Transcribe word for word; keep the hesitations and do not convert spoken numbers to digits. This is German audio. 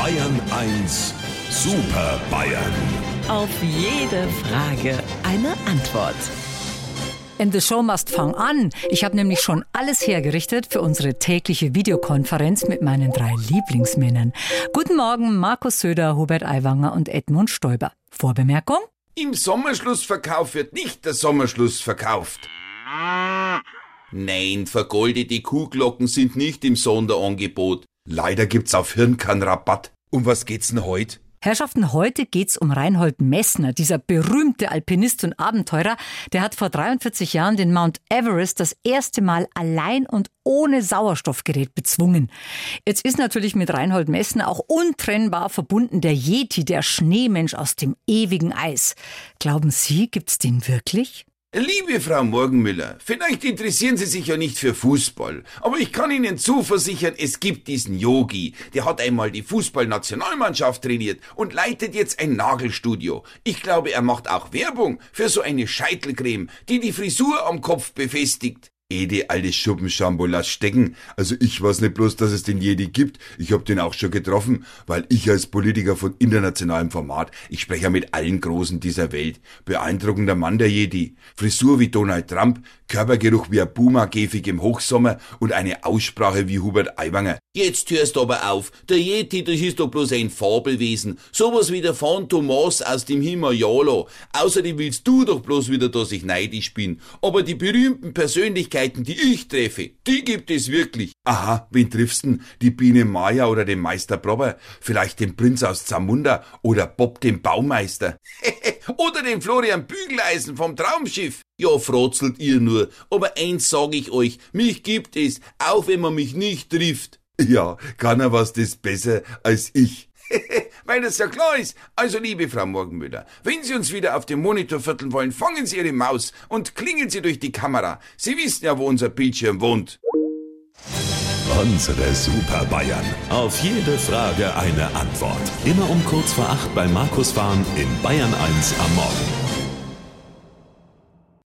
Bayern eins Super Bayern. Auf jede Frage eine Antwort. And the show must fang an. Ich habe nämlich schon alles hergerichtet für unsere tägliche Videokonferenz mit meinen drei Lieblingsmännern. Guten Morgen, Markus Söder, Hubert Aiwanger und Edmund Stoiber. Vorbemerkung? Im Sommerschlussverkauf wird nicht der Sommerschluss verkauft. Nein, vergoldete Kuhglocken sind nicht im Sonderangebot. Leider gibt's auf Hirn keinen Rabatt. Um was geht's denn heute? Herrschaften, heute geht's um Reinhold Messner, dieser berühmte Alpinist und Abenteurer. Der hat vor dreiundvierzig Jahren den Mount Everest das erste Mal allein und ohne Sauerstoffgerät bezwungen. Jetzt ist natürlich mit Reinhold Messner auch untrennbar verbunden der Yeti, der Schneemensch aus dem ewigen Eis. Glauben Sie, gibt's den wirklich? Liebe Frau Morgenmüller, vielleicht interessieren Sie sich ja nicht für Fußball, aber ich kann Ihnen zuversichern, es gibt diesen Yogi. Der hat einmal die Fußballnationalmannschaft trainiert und leitet jetzt ein Nagelstudio. Ich glaube, er macht auch Werbung für so eine Scheitelcreme, die die Frisur am Kopf befestigt. Eh, die alte Schuppenschambo, lass stecken. Also ich weiß nicht bloß, dass es den Jedi gibt. Ich hab den auch schon getroffen, weil ich als Politiker von internationalem Format, ich spreche ja mit allen Großen dieser Welt. Beeindruckender Mann, der Jedi. Frisur wie Donald Trump, Körpergeruch wie ein Puma-Käfig im Hochsommer und eine Aussprache wie Hubert Aiwanger. Jetzt hörst aber auf. Der Yeti, das ist doch bloß ein Fabelwesen. Sowas wie der Phantomas aus dem Himalaya. Außerdem willst du doch bloß wieder, dass ich neidisch bin. Aber die berühmten Persönlichkeiten, die ich treffe, die gibt es wirklich. Aha, wen triffst denn? Die Biene Maya oder den Meister Probber? Vielleicht den Prinz aus Zamunda oder Bob den Baumeister? Oder den Florian Bügeleisen vom Traumschiff? Ja, frotzelt ihr nur. Aber eins sag ich euch, mich gibt es, auch wenn man mich nicht trifft. Ja, kann er was das besser als ich? Weil das ja klar ist. Also, liebe Frau Morgenmüller, wenn Sie uns wieder auf dem Monitor vierteln wollen, fangen Sie Ihre Maus und klingeln Sie durch die Kamera. Sie wissen ja, wo unser Bildschirm wohnt. Unsere Super Bayern. Auf jede Frage eine Antwort. Immer um kurz vor acht bei Markus Fahren in Bayern eins am Morgen.